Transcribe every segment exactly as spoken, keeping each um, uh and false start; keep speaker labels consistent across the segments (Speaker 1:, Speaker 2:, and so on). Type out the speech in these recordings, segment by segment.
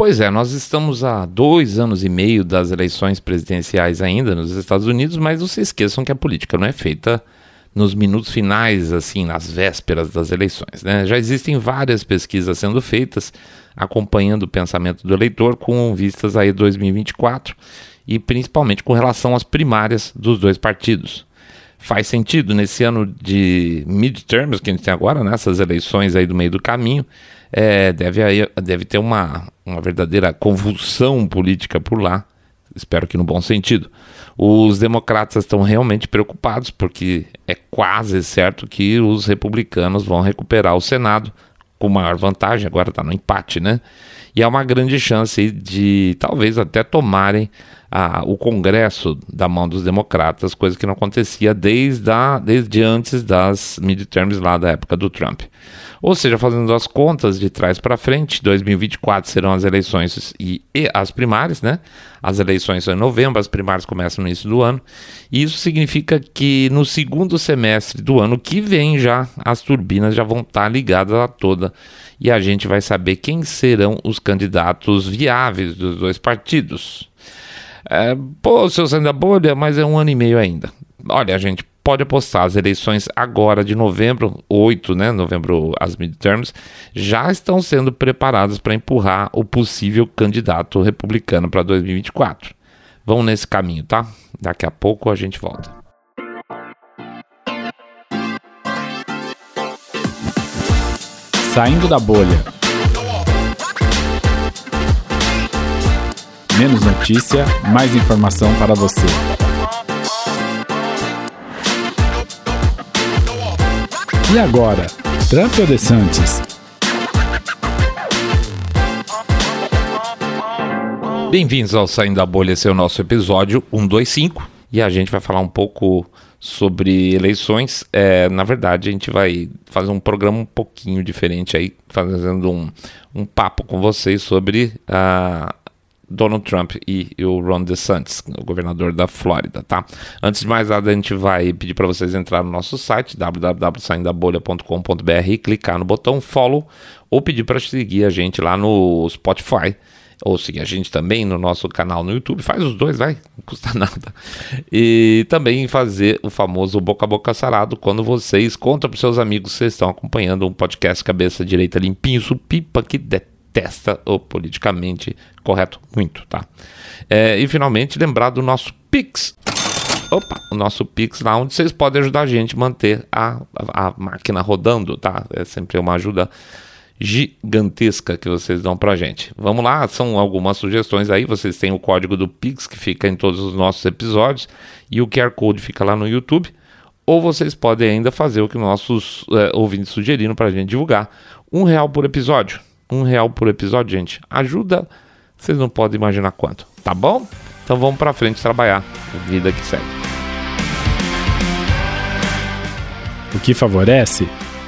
Speaker 1: Pois é, nós estamos há dois anos e meio das eleições presidenciais ainda nos Estados Unidos, mas não se esqueçam que a política não é feita nos minutos finais, assim, nas vésperas das eleições, né? Já existem várias pesquisas sendo feitas, acompanhando o pensamento do eleitor com vistas aí dois mil e vinte e quatro e principalmente com relação às primárias dos dois partidos. Faz sentido, nesse ano de midterms que a gente tem agora, nessas né, eleições aí do meio do caminho, é, deve, aí, deve ter uma, uma verdadeira convulsão política por lá, espero que no bom sentido. Os democratas estão realmente preocupados porque é quase certo que os republicanos vão recuperar o Senado com maior vantagem, agora está no empate, né? E há uma grande chance de talvez até tomarem a, o Congresso da mão dos democratas, coisa que não acontecia desde, a, desde antes das midterms lá da época do Trump. Ou seja, fazendo as contas de trás para frente, dois mil e vinte e quatro serão as eleições e, e as primárias, né? As eleições são em novembro, as primárias começam no início do ano. E isso significa que no segundo semestre do ano que vem já, as turbinas já vão estar ligadas a toda. E a gente vai saber quem serão os candidatos viáveis dos dois partidos. É, pô, seu saindo da bolha, mas é um ano e meio ainda. Olha, a gente pode apostar, as eleições agora de novembro, oito, né, novembro, as midterms, já estão sendo preparadas para empurrar o possível candidato republicano para dois mil e vinte e quatro. Vão nesse caminho, tá? Daqui a pouco a gente volta.
Speaker 2: Saindo da bolha. Menos notícia, mais informação para você. E agora, Trump ou DeSantis?
Speaker 1: Bem-vindos ao Saindo da Bolha, esse é o nosso episódio cento e vinte e cinco e a gente vai falar um pouco sobre eleições. É, na verdade, a gente vai fazer um programa um pouquinho diferente aí, fazendo um, um papo com vocês sobre a Donald Trump e o Ron DeSantis, o governador da Flórida, tá? Antes de mais nada, a gente vai pedir para vocês entrar no nosso site, w w w ponto saindo da bolha ponto com ponto b r, e clicar no botão follow, ou pedir para seguir a gente lá no Spotify, ou seguir a gente também no nosso canal no YouTube. Faz os dois, vai, não custa nada. E também fazer o famoso boca a boca sarado, quando vocês contam para os seus amigos que vocês estão acompanhando um podcast cabeça direita limpinho, supipa, que detesta testa o politicamente correto muito, tá? É, e finalmente lembrar do nosso Pix. Opa, o nosso Pix lá onde vocês podem ajudar a gente a manter a, a, a máquina rodando, tá? É sempre uma ajuda gigantesca que vocês dão pra gente. Vamos lá, são algumas sugestões aí. Vocês têm o código do Pix que fica em todos os nossos episódios e o Q R Code fica lá no YouTube. Ou vocês podem ainda fazer o que nossos é, ouvintes sugeriram pra gente divulgar. Um real por episódio. Um real por episódio, gente. Ajuda, vocês não podem imaginar quanto, tá bom? Então vamos pra frente trabalhar. Vida que segue.
Speaker 2: O que favorece?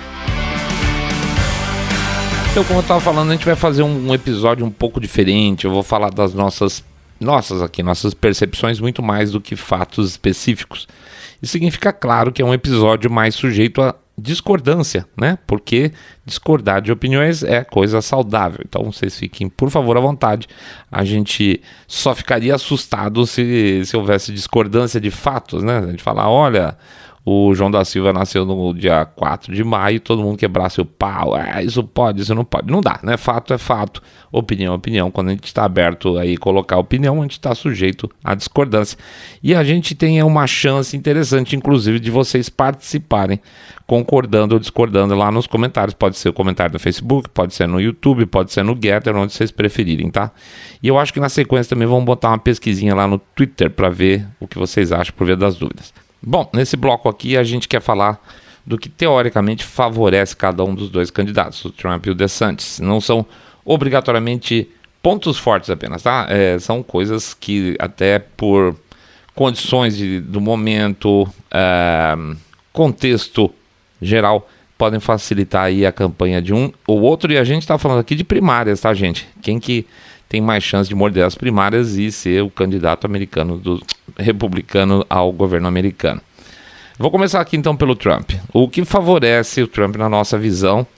Speaker 1: Então, como eu estava falando, a gente vai fazer um, um episódio um pouco diferente. Eu vou falar das nossas, nossas aqui, nossas percepções muito mais do que fatos específicos. Isso significa, claro, que é um episódio mais sujeito a discordância, né? Porque discordar de opiniões é coisa saudável. Então vocês fiquem, por favor, à vontade. A gente só ficaria assustado se, se houvesse discordância de fatos, né? A gente falar, olha, o João da Silva nasceu no dia quatro de maio e todo mundo quebrasse o pau. É, isso pode, isso não pode. Não dá, né? Fato é fato. Opinião é opinião. Quando a gente está aberto aí colocar opinião, a gente está sujeito à discordância. E a gente tem uma chance interessante, inclusive, de vocês participarem, concordando ou discordando lá nos comentários. Pode ser o comentário no Facebook, pode ser no YouTube, pode ser no Getter, onde vocês preferirem, tá? E eu acho que na sequência também vamos botar uma pesquisinha lá no Twitter para ver o que vocês acham, por via das dúvidas. Bom, nesse bloco aqui a gente quer falar do que teoricamente favorece cada um dos dois candidatos, o Trump e o DeSantis. Não são obrigatoriamente pontos fortes apenas, tá? É, são coisas que até por condições de, do momento, é, contexto geral, podem facilitar aí a campanha de um ou outro. E a gente está falando aqui de primárias, tá, gente? Quem que tem mais chance de morder as primárias e ser o candidato americano, do republicano ao governo americano. Vou começar aqui então pelo Trump. O que favorece o Trump na nossa visão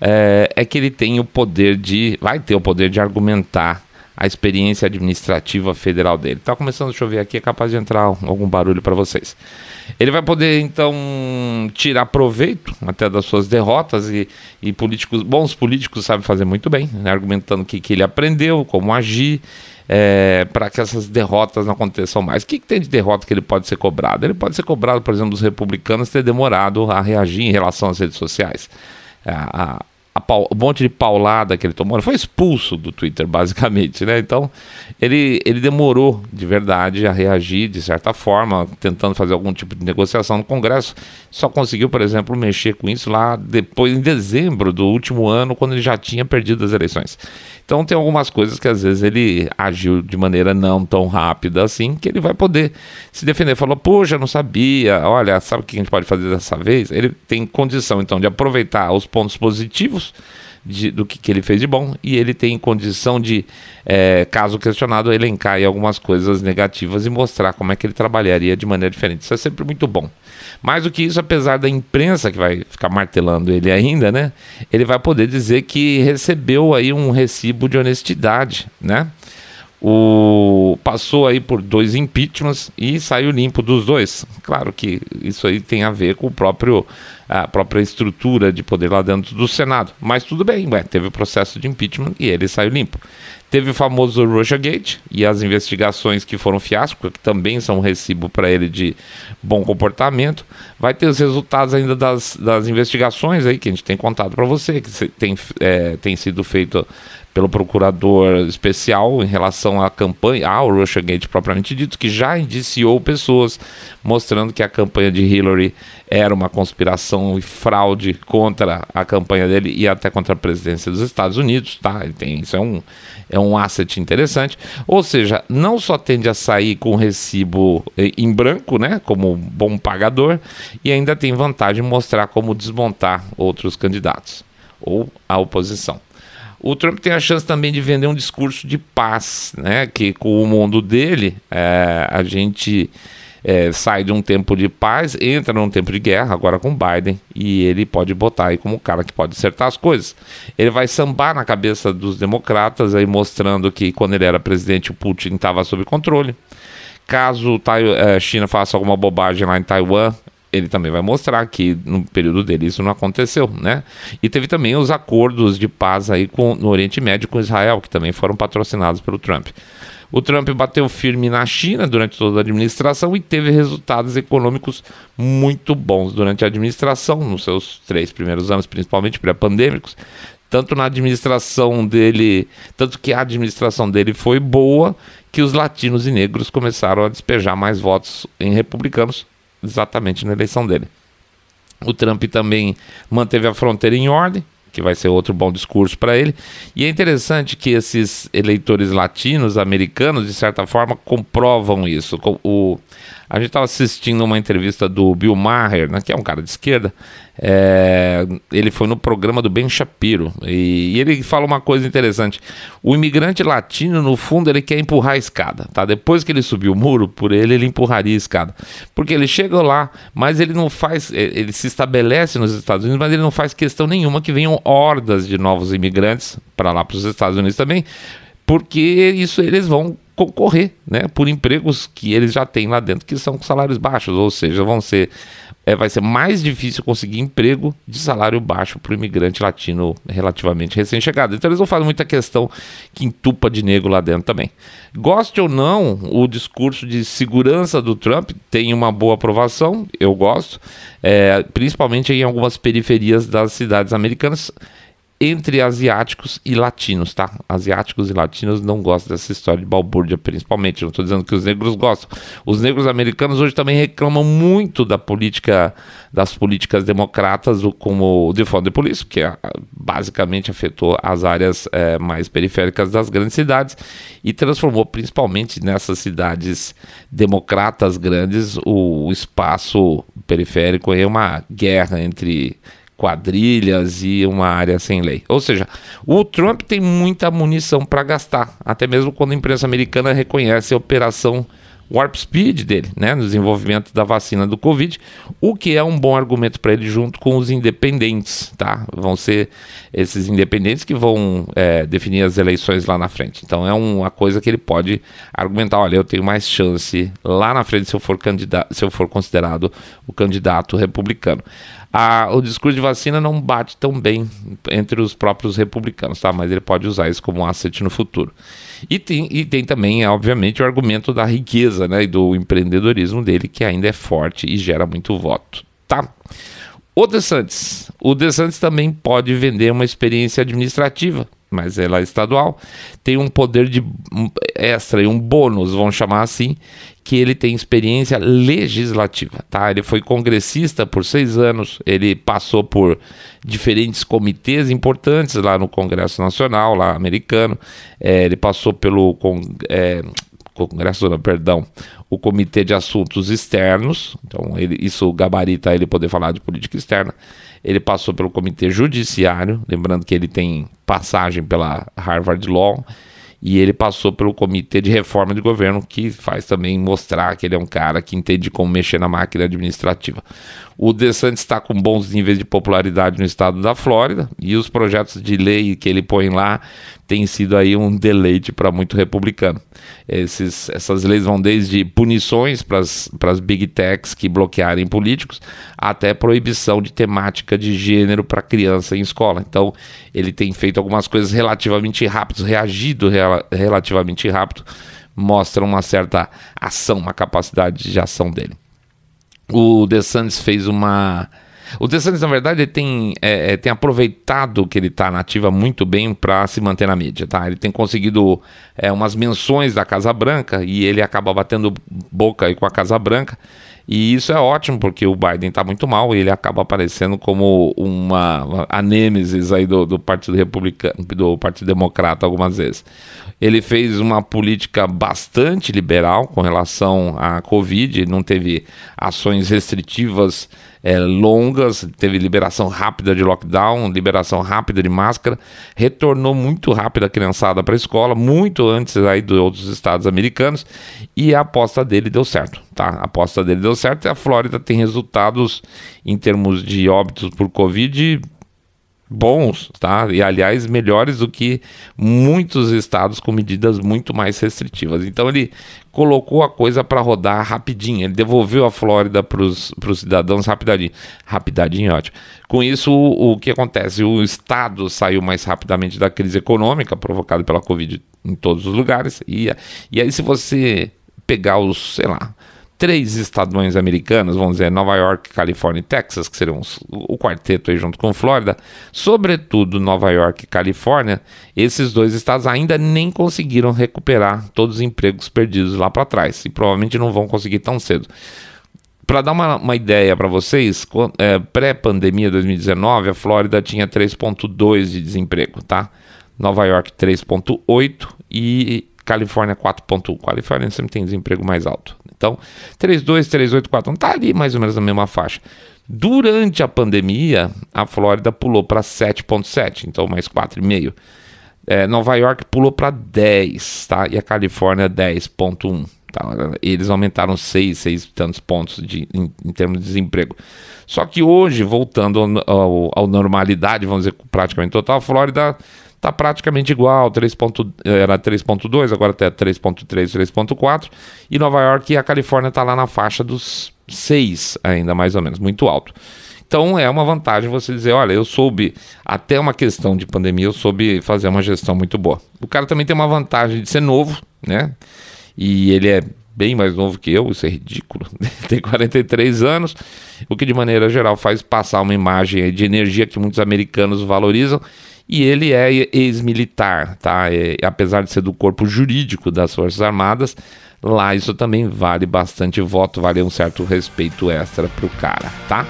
Speaker 1: é, é que ele tem o poder de, vai ter o poder de argumentar a experiência administrativa federal dele. Tá começando a chover aqui, é capaz de entrar algum barulho para vocês. Ele vai poder, então, tirar proveito até das suas derrotas e, e políticos, bons políticos sabem fazer muito bem, né, argumentando o que, que ele aprendeu, como agir, é, para que essas derrotas não aconteçam mais. O que, que tem de derrota que ele pode ser cobrado? Ele pode ser cobrado, por exemplo, dos republicanos ter demorado a reagir em relação às redes sociais. A, a, A pau, o monte de paulada que ele tomou, ele foi expulso do Twitter, basicamente, né? Então, ele, ele demorou de verdade a reagir, de certa forma, tentando fazer algum tipo de negociação no Congresso. Só conseguiu, por exemplo, mexer com isso lá depois, em dezembro do último ano, quando ele já tinha perdido as eleições. Então, tem algumas coisas que, às vezes, ele agiu de maneira não tão rápida assim, que ele vai poder se defender. Falou, poxa, não sabia, olha, sabe o que a gente pode fazer dessa vez? Ele tem condição, então, de aproveitar os pontos positivos De, do que, que ele fez de bom, e ele tem condição de, é, caso questionado, elencar aí algumas coisas negativas e mostrar como é que ele trabalharia de maneira diferente. Isso é sempre muito bom. Mais do que isso, apesar da imprensa que vai ficar martelando ele ainda, né, ele vai poder dizer que recebeu aí um recibo de honestidade, né? O, passou aí por dois impeachments e saiu limpo dos dois. Claro que isso aí tem a ver com o próprio, a própria estrutura de poder lá dentro do Senado. Mas tudo bem, ué, teve o processo de impeachment e ele saiu limpo. Teve o famoso Russiagate e as investigações que foram fiasco, que também são um recibo para ele de bom comportamento. Vai ter os resultados ainda das, das investigações aí que a gente tem contado para você, que tem, é, tem sido feito pelo procurador especial em relação à campanha, ao Russiagate propriamente dito, que já indiciou pessoas, mostrando que a campanha de Hillary era uma conspiração e fraude contra a campanha dele e até contra a presidência dos Estados Unidos, tá? Ele tem, isso é um, é um asset interessante. Ou seja, não só tende a sair com recibo em branco, né, como bom pagador, e ainda tem vantagem de mostrar como desmontar outros candidatos ou a oposição. O Trump tem a chance também de vender um discurso de paz, né? Que com o mundo dele, é, a gente é, sai de um tempo de paz, entra num tempo de guerra, agora com Biden, e ele pode botar aí como um cara que pode acertar as coisas. Ele vai sambar na cabeça dos democratas, aí mostrando que quando ele era presidente o Putin estava sob controle. Caso a China faça alguma bobagem lá em Taiwan, ele também vai mostrar que no período dele isso não aconteceu, né? E teve também os acordos de paz aí com, no Oriente Médio com Israel, que também foram patrocinados pelo Trump. O Trump bateu firme na China durante toda a administração e teve resultados econômicos muito bons durante a administração, nos seus três primeiros anos, principalmente pré-pandêmicos. Tanto na administração dele, tanto que a administração dele foi boa, que os latinos e negros começaram a despejar mais votos em republicanos, exatamente na eleição dele. O Trump também manteve a fronteira em ordem, que vai ser outro bom discurso para ele. E é interessante que esses eleitores latinos, americanos, de certa forma, comprovam isso. O, a gente estava assistindo uma entrevista do Bill Maher, né, que é um cara de esquerda. É, ele foi no programa do Ben Shapiro e, e ele fala uma coisa interessante. O imigrante latino, no fundo, ele quer empurrar a escada, tá? Depois que ele subiu o muro, por ele, ele empurraria a escada, porque ele chega lá, mas ele não faz, ele se estabelece nos Estados Unidos, mas ele não faz questão nenhuma que venham hordas de novos imigrantes para lá, para os Estados Unidos também, porque isso eles vão concorrer, né, por empregos que eles já têm lá dentro, que são com salários baixos, ou seja, vão ser É, vai ser mais difícil conseguir emprego de salário baixo para o imigrante latino relativamente recém-chegado. Então eles não fazem muita questão que entupa de negro lá dentro também. Goste ou não, o discurso de segurança do Trump tem uma boa aprovação, eu gosto, é, principalmente em algumas periferias das cidades americanas, entre asiáticos e latinos, tá? Asiáticos e latinos não gostam dessa história de balbúrdia, principalmente. Não estou dizendo que os negros gostam. Os negros americanos hoje também reclamam muito da política, das políticas democratas, como o Defund the Police, que é, basicamente afetou as áreas é, mais periféricas das grandes cidades e transformou principalmente nessas cidades democratas grandes o, o espaço periférico em uma guerra entre quadrilhas e uma área sem lei. Ou seja, o Trump tem muita munição para gastar, até mesmo quando a imprensa americana reconhece a operação warp speed dele, né, no desenvolvimento da vacina do Covid, o que é um bom argumento para ele junto com os independentes, tá? Vão ser esses independentes que vão é, definir as eleições lá na frente. Então é uma coisa que ele pode argumentar, olha, eu tenho mais chance lá na frente se eu for, candidato, se eu for considerado o candidato republicano. A, o discurso de vacina não bate tão bem entre os próprios republicanos, tá? Mas ele pode usar isso como asset no futuro. E tem, e tem também, obviamente, o argumento da riqueza, né, e do empreendedorismo dele, que ainda é forte e gera muito voto, tá? O DeSantis. O DeSantis também pode vender uma experiência administrativa, mas ela é estadual, tem um poder de extra e um bônus, vamos chamar assim, que ele tem experiência legislativa, tá? Ele foi congressista por seis anos, ele passou por diferentes comitês importantes lá no Congresso Nacional, lá americano, é, ele passou pelo con- é, Congresso, não, perdão, o Comitê de Assuntos Externos, então ele, isso gabarita ele poder falar de política externa. Ele passou pelo Comitê Judiciário, lembrando que ele tem passagem pela Harvard Law, e ele passou pelo Comitê de Reforma de Governo, que faz também mostrar que ele é um cara que entende como mexer na máquina administrativa. O DeSantis está com bons níveis de popularidade no estado da Flórida, e os projetos de lei que ele põe lá têm sido aí um deleite para muito republicano. Esses, essas leis vão desde punições para as big techs que bloquearem políticos, até proibição de temática de gênero para criança em escola. Então, ele tem feito algumas coisas relativamente rápidas, reagido rel- relativamente rápido, mostra uma certa ação, uma capacidade de ação dele. O DeSantis fez uma... O DeSantis, na verdade, ele tem, é, tem aproveitado que ele está na ativa muito bem para se manter na mídia, tá? Ele tem conseguido é, umas menções da Casa Branca e ele acaba batendo boca aí com a Casa Branca. E isso é ótimo, porque o Biden está muito mal e ele acaba aparecendo como uma, uma a nêmesis aí do, do Partido Republicano, do Partido Democrata algumas vezes. Ele fez uma política bastante liberal com relação à Covid, não teve ações restritivas é, longas, teve liberação rápida de lockdown, liberação rápida de máscara, retornou muito rápido a criançada para a escola, muito antes aí de outros estados americanos, e a aposta dele deu certo, tá? A aposta dele deu certo e a Flórida tem resultados em termos de óbitos por Covid bons, tá? E aliás melhores do que muitos estados com medidas muito mais restritivas. Então ele colocou a coisa para rodar rapidinho, ele devolveu a Flórida para os cidadãos rapidinho, rapidinho, ótimo. Com isso, o, o que acontece? O estado saiu mais rapidamente da crise econômica provocada pela Covid em todos os lugares, e, e aí se você pegar os, sei lá, três estadões americanos, vamos dizer, Nova York, Califórnia e Texas, que seriam os, o quarteto aí junto com Flórida, sobretudo Nova York e Califórnia, esses dois estados ainda nem conseguiram recuperar todos os empregos perdidos lá para trás, e provavelmente não vão conseguir tão cedo. Para dar uma, uma ideia para vocês, é, pré-pandemia dois mil e dezenove, a Flórida tinha três vírgula dois de desemprego, tá? Nova York três vírgula oito e Califórnia quatro vírgula um. Califórnia sempre tem desemprego mais alto. Então, três vírgula dois, três vírgula oito, quatro vírgula um, está ali mais ou menos na mesma faixa. Durante a pandemia, a Flórida pulou para sete vírgula sete, então mais quatro vírgula cinco. É, Nova York pulou para dez, tá? E a Califórnia dez vírgula um. Tá? Eles aumentaram seis, seis tantos pontos de, em, em termos de desemprego. Só que hoje, voltando ao, ao, ao normalidade, vamos dizer, praticamente total, a Flórida está praticamente igual, três, era três vírgula dois, agora até três vírgula três, três vírgula quatro, e Nova York e a Califórnia está lá na faixa dos seis, ainda mais ou menos, muito alto. Então é uma vantagem você dizer, olha, eu soube, até uma questão de pandemia, eu soube fazer uma gestão muito boa. O cara também tem uma vantagem de ser novo, né? E ele é bem mais novo que eu, isso é ridículo, tem quarenta e três anos, o que de maneira geral faz passar uma imagem de energia que muitos americanos valorizam. E ele é ex-militar, tá? E, apesar de ser do corpo jurídico das Forças Armadas, lá isso também vale bastante voto, vale um certo respeito extra pro cara, tá?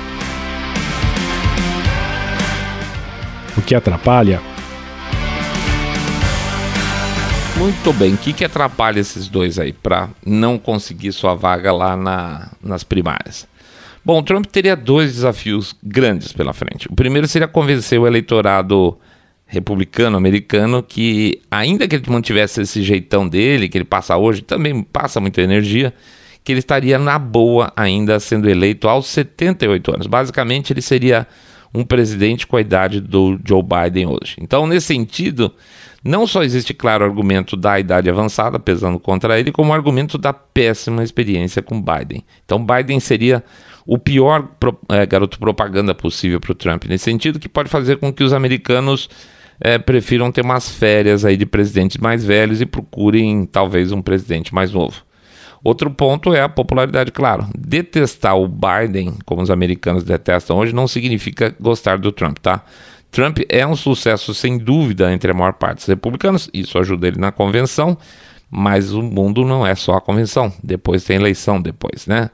Speaker 2: O que atrapalha?
Speaker 1: Muito bem, o que, que atrapalha esses dois aí para não conseguir sua vaga lá na, nas primárias? Bom, o Trump teria dois desafios grandes pela frente. O primeiro seria convencer o eleitorado republicano-americano, que ainda que ele mantivesse esse jeitão dele, que ele passa hoje, também passa muita energia, que ele estaria na boa ainda sendo eleito aos setenta e oito anos. Basicamente, ele seria um presidente com a idade do Joe Biden hoje. Então, nesse sentido, não só existe, claro, o argumento da idade avançada pesando contra ele, como o argumento da péssima experiência com Biden. Então, Biden seria o pior pro, é, garoto propaganda possível para o Trump, nesse sentido que pode fazer com que os americanos é, prefiram ter umas férias aí de presidentes mais velhos e procurem, talvez, um presidente mais novo. Outro ponto é a popularidade, claro. Detestar o Biden, como os americanos detestam hoje, não significa gostar do Trump, tá? Trump é um sucesso, sem dúvida, entre a maior parte dos republicanos. Isso ajuda ele na convenção, mas o mundo não é só a convenção. Depois tem eleição, depois, né?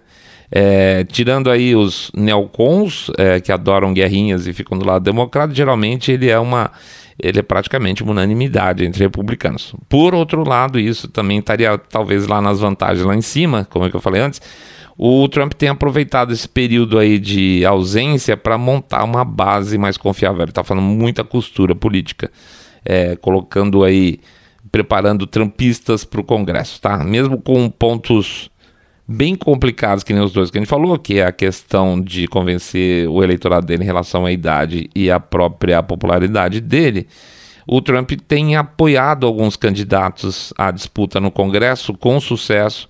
Speaker 1: É, tirando aí os neocons, é, que adoram guerrinhas e ficam do lado democrata, geralmente ele é uma... ele é praticamente uma unanimidade entre republicanos. Por outro lado, isso também estaria talvez lá nas vantagens lá em cima, como é que eu falei antes. O Trump tem aproveitado esse período aí de ausência para montar uma base mais confiável. Ele está fazendo muita costura política, é, colocando aí, preparando trumpistas para o Congresso, tá? Mesmo com pontos bem complicados, que nem os dois que a gente falou, que é a questão de convencer o eleitorado dele em relação à idade e à própria popularidade dele, o Trump tem apoiado alguns candidatos à disputa no Congresso com sucesso,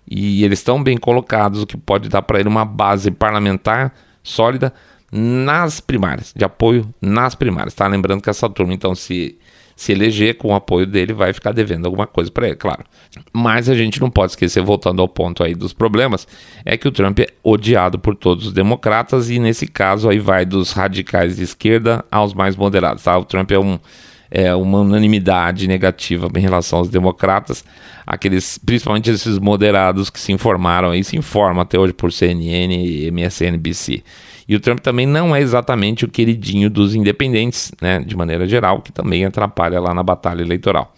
Speaker 1: e eles estão bem colocados, o que pode dar para ele uma base parlamentar sólida nas primárias, de apoio nas primárias, tá? Lembrando que essa turma, então, se... se eleger com o apoio dele, vai ficar devendo alguma coisa para ele, claro. Mas a gente não pode esquecer, voltando ao ponto aí dos problemas, é que o Trump é odiado por todos os democratas, e nesse caso aí vai dos radicais de esquerda aos mais moderados, tá? O Trump é, um, é uma unanimidade negativa em relação aos democratas, aqueles, principalmente esses moderados que se informaram aí, se informam até hoje por C N N e M S N B C. E o Trump também não é exatamente o queridinho dos independentes, né, de maneira geral, que também atrapalha lá na batalha eleitoral.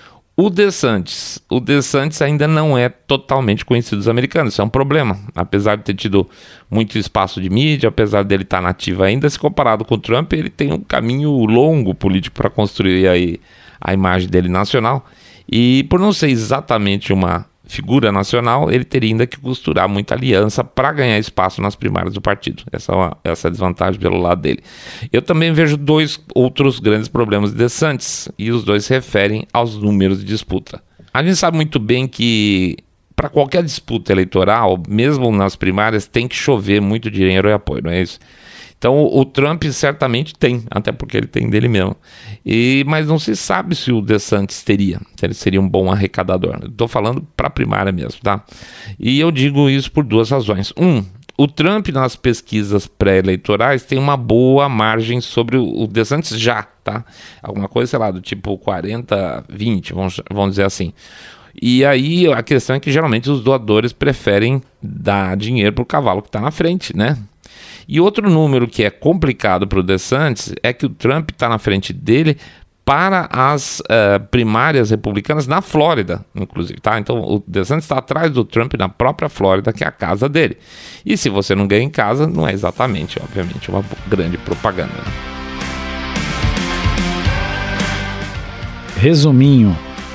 Speaker 1: O DeSantis, o DeSantis ainda não é totalmente conhecido dos americanos, isso é um problema. Apesar de ter tido muito espaço de mídia, apesar dele estar nativo ainda, se comparado com o Trump, ele tem um caminho longo político para construir aí a imagem dele nacional. E por não ser exatamente uma figura nacional, ele teria ainda que costurar muita aliança para ganhar espaço nas primárias do partido. Essa é, uma, essa é a desvantagem pelo lado dele. Eu também vejo dois outros grandes problemas de DeSantis, e os dois se referem aos números de disputa. A gente sabe muito bem que para qualquer disputa eleitoral, mesmo nas primárias, tem que chover muito dinheiro e apoio, não é isso? Então o Trump certamente tem, até porque ele tem dele mesmo. E, mas não se sabe se o DeSantis teria, se ele seria um bom arrecadador. Estou falando para a primária mesmo, tá? E eu digo isso por duas razões. Um, o Trump nas pesquisas pré-eleitorais tem uma boa margem sobre o DeSantis já, tá? Alguma coisa, sei lá, do tipo quarenta, vinte, vamos, vamos dizer assim. E aí a questão é que geralmente os doadores preferem dar dinheiro para o cavalo que está na frente, né? E outro número que é complicado para o DeSantis é que o Trump está na frente dele para as uh, primárias republicanas na Flórida, inclusive, tá? Então o DeSantis está atrás do Trump na própria Flórida, que é a casa dele. E se você não ganha em casa, não é exatamente, obviamente, uma grande propaganda, né?
Speaker 2: Resuminho.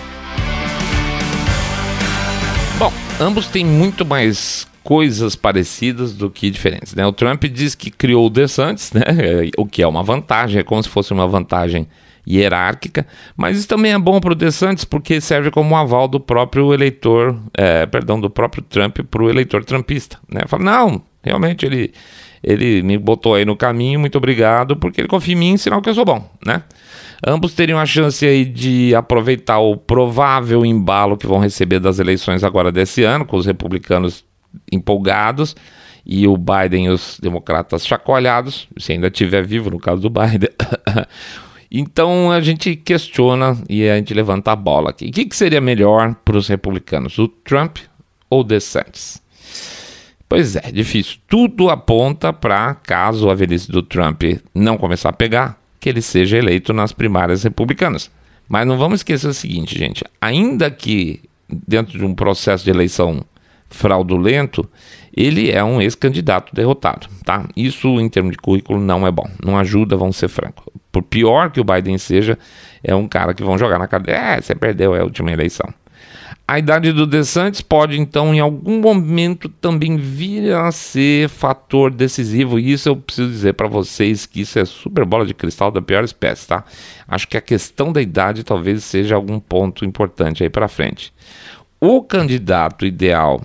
Speaker 1: Bom, ambos têm muito mais coisas parecidas do que diferentes, né? O Trump diz que criou o DeSantis, né? O que é uma vantagem, é como se fosse uma vantagem hierárquica, mas isso também é bom para o DeSantis porque serve como um aval do próprio eleitor, é, perdão, do próprio Trump para o eleitor trumpista, né? Fala, não, realmente ele, ele me botou aí no caminho, muito obrigado, porque ele confia em mim, sinal que eu sou bom, né? Ambos teriam a chance aí de aproveitar o provável embalo que vão receber das eleições agora desse ano, com os republicanos empolgados e o Biden e os democratas chacoalhados, se ainda estiver vivo no caso do Biden. Então a gente questiona e a gente levanta a bola aqui. O que, que seria melhor para os republicanos, o Trump ou o DeSantis? Pois é, difícil. Tudo aponta para, caso a velhice do Trump não começar a pegar, que ele seja eleito nas primárias republicanas. Mas não vamos esquecer o seguinte, gente, ainda que dentro de um processo de eleição fraudulento, ele é um ex-candidato derrotado, tá? Isso, em termos de currículo, não é bom. Não ajuda, vamos ser francos. Por pior que o Biden seja, é um cara que vão jogar na cadeira. É, você perdeu, é a última eleição. A idade do DeSantis pode, então, em algum momento também vir a ser fator decisivo. E isso eu preciso dizer para vocês que isso é super bola de cristal da pior espécie, tá? Acho que a questão da idade talvez seja algum ponto importante aí para frente. O candidato ideal,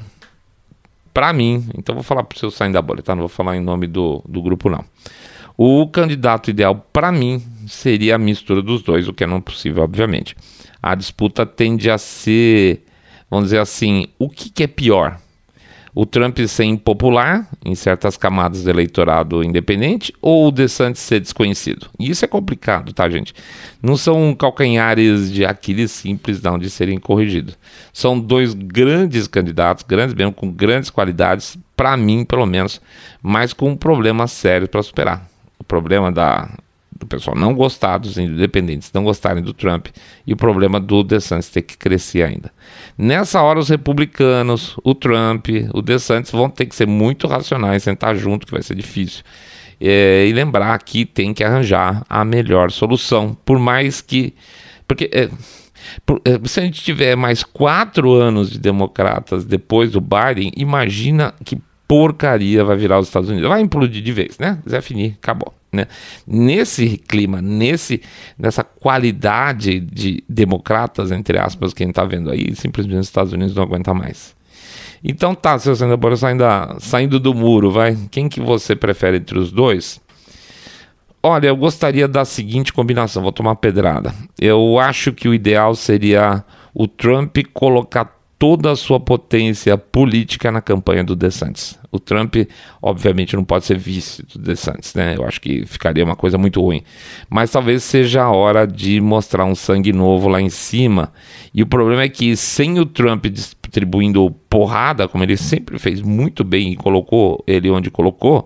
Speaker 1: para mim, então vou falar para o seu saindo da bolha, tá? Não vou falar em nome do, do grupo, não. O candidato ideal, para mim, seria a mistura dos dois, o que é não possível, obviamente. A disputa tende a ser, vamos dizer assim, o que, que é pior? O Trump ser impopular em certas camadas do eleitorado independente ou o DeSantis ser desconhecido? E isso é complicado, tá, gente? Não são calcanhares de Aquiles simples não de serem corrigidos. São dois grandes candidatos, grandes mesmo, com grandes qualidades, para mim, pelo menos, mas com um problema sério para superar. O problema da... do pessoal não gostar dos independentes, não gostarem do Trump, e o problema do DeSantis ter que crescer ainda. Nessa hora, os republicanos, o Trump, o DeSantis vão ter que ser muito racionais, sentar junto, que vai ser difícil, é, e lembrar que tem que arranjar a melhor solução, por mais que... porque é, por, é, se a gente tiver mais quatro anos de democratas depois do Biden, imagina que porcaria vai virar os Estados Unidos. Vai implodir de vez, né? Zé Fini, acabou. Né? Nesse clima, nesse, nessa qualidade de democratas, entre aspas, que a gente está vendo aí, simplesmente os Estados Unidos não aguenta mais. Então tá, seu senador, saindo, saindo do muro, vai. Quem que você prefere entre os dois? Olha, eu gostaria da seguinte combinação, vou tomar pedrada. Eu acho que o ideal seria o Trump colocar toda a sua potência política na campanha do DeSantis. O Trump, obviamente, não pode ser vice do DeSantis, né? Eu acho que ficaria uma coisa muito ruim. Mas talvez seja a hora de mostrar um sangue novo lá em cima. E o problema é que sem o Trump distribuindo porrada, como ele sempre fez muito bem e colocou ele onde colocou,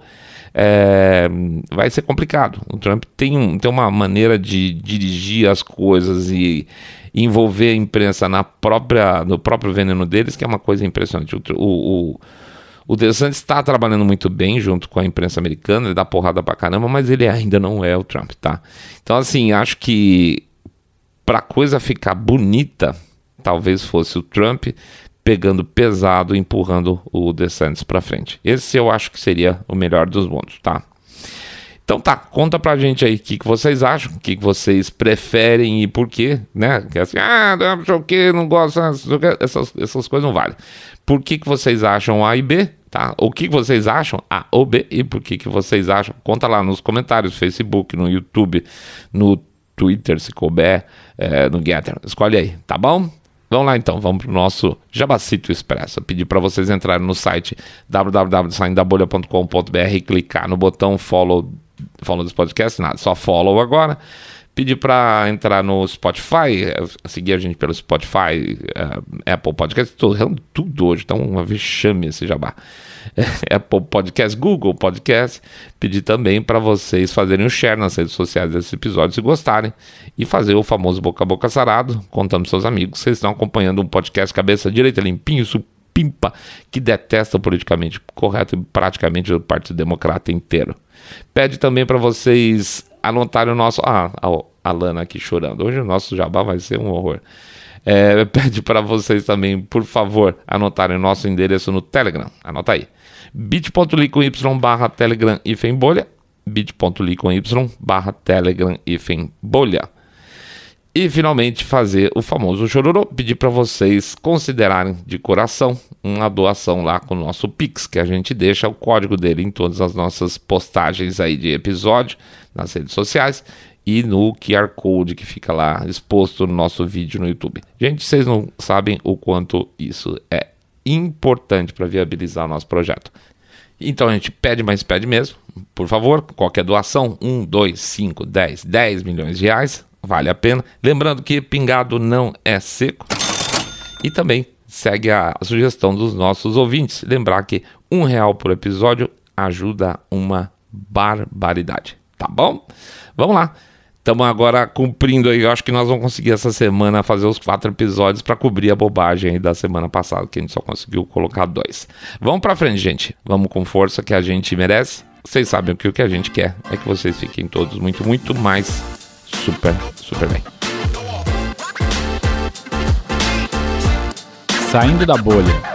Speaker 1: é, vai ser complicado. O Trump tem, um, tem uma maneira de dirigir as coisas e envolver a imprensa na própria, no próprio veneno deles, que é uma coisa impressionante. O, o, o DeSantis está trabalhando muito bem junto com a imprensa americana, ele dá porrada pra caramba, mas ele ainda não é o Trump, tá? Então, assim, acho que pra coisa ficar bonita, talvez fosse o Trump pegando pesado, empurrando o DeSantis pra frente. Esse eu acho que seria o melhor dos mundos, tá? Então tá, conta pra gente aí o que, que vocês acham, o que, que vocês preferem e por quê, né? Que é assim, ah, não sei o que, não gosto, essas, essas coisas não valem. Por que, que vocês acham A e B, tá? O que, que vocês acham A ou B e por que, que vocês acham? Conta lá nos comentários, no Facebook, no YouTube, no Twitter, se couber, é, no Getter. Escolhe aí, tá bom? Vamos lá então, vamos pro nosso Jabacito Expresso. Eu pedi para vocês entrarem no site w w w ponto saindo da bolha ponto com ponto b r e clicar no botão follow, follow dos podcasts, nada, só follow agora. Pedi para entrar no Spotify, seguir a gente pelo Spotify, uh, Apple Podcast, estou errando tudo hoje, então uma vexame esse jabá. Apple Podcast, Google Podcast. Pedi também para vocês fazerem um share nas redes sociais desse episódio se gostarem e fazer o famoso boca a boca sarado, contando seus amigos. Vocês estão acompanhando um podcast cabeça direita, limpinho, supimpa, que detesta o politicamente correto e praticamente o Partido Democrata inteiro. Pede também para vocês anotarem o nosso... Ah, a Lana aqui chorando. Hoje o nosso jabá vai ser um horror. É, pede para vocês também, por favor, anotarem o nosso endereço no Telegram. Anota aí. bit.ly com y barra Telegram hífen bolha. bit.ly com y barra Telegram hífen bolha. E finalmente fazer o famoso chororô. Pedir para vocês considerarem de coração uma doação lá com o nosso Pix, que a gente deixa o código dele em todas as nossas postagens aí de episódio nas redes sociais e no Q R Code que fica lá exposto no nosso vídeo no YouTube. Gente, vocês não sabem o quanto isso é importante para viabilizar o nosso projeto. Então a gente pede, mas pede mesmo. Por favor, qualquer doação, um, dois, cinco, dez, dez milhões de reais, vale a pena. Lembrando que pingado não é seco. E também segue a sugestão dos nossos ouvintes. Lembrar que um real por episódio ajuda uma barbaridade. Tá bom? Vamos lá. estamos agora cumprindo aí. Eu acho que nós vamos conseguir essa semana fazer os quatro episódios para cobrir a bobagem aí da semana passada, que a gente só conseguiu colocar dois. Vamos pra frente, gente. Vamos com força, que a gente merece. Vocês sabem que o que a gente quer é que vocês fiquem todos muito, muito mais super, super bem.
Speaker 2: Saindo da bolha.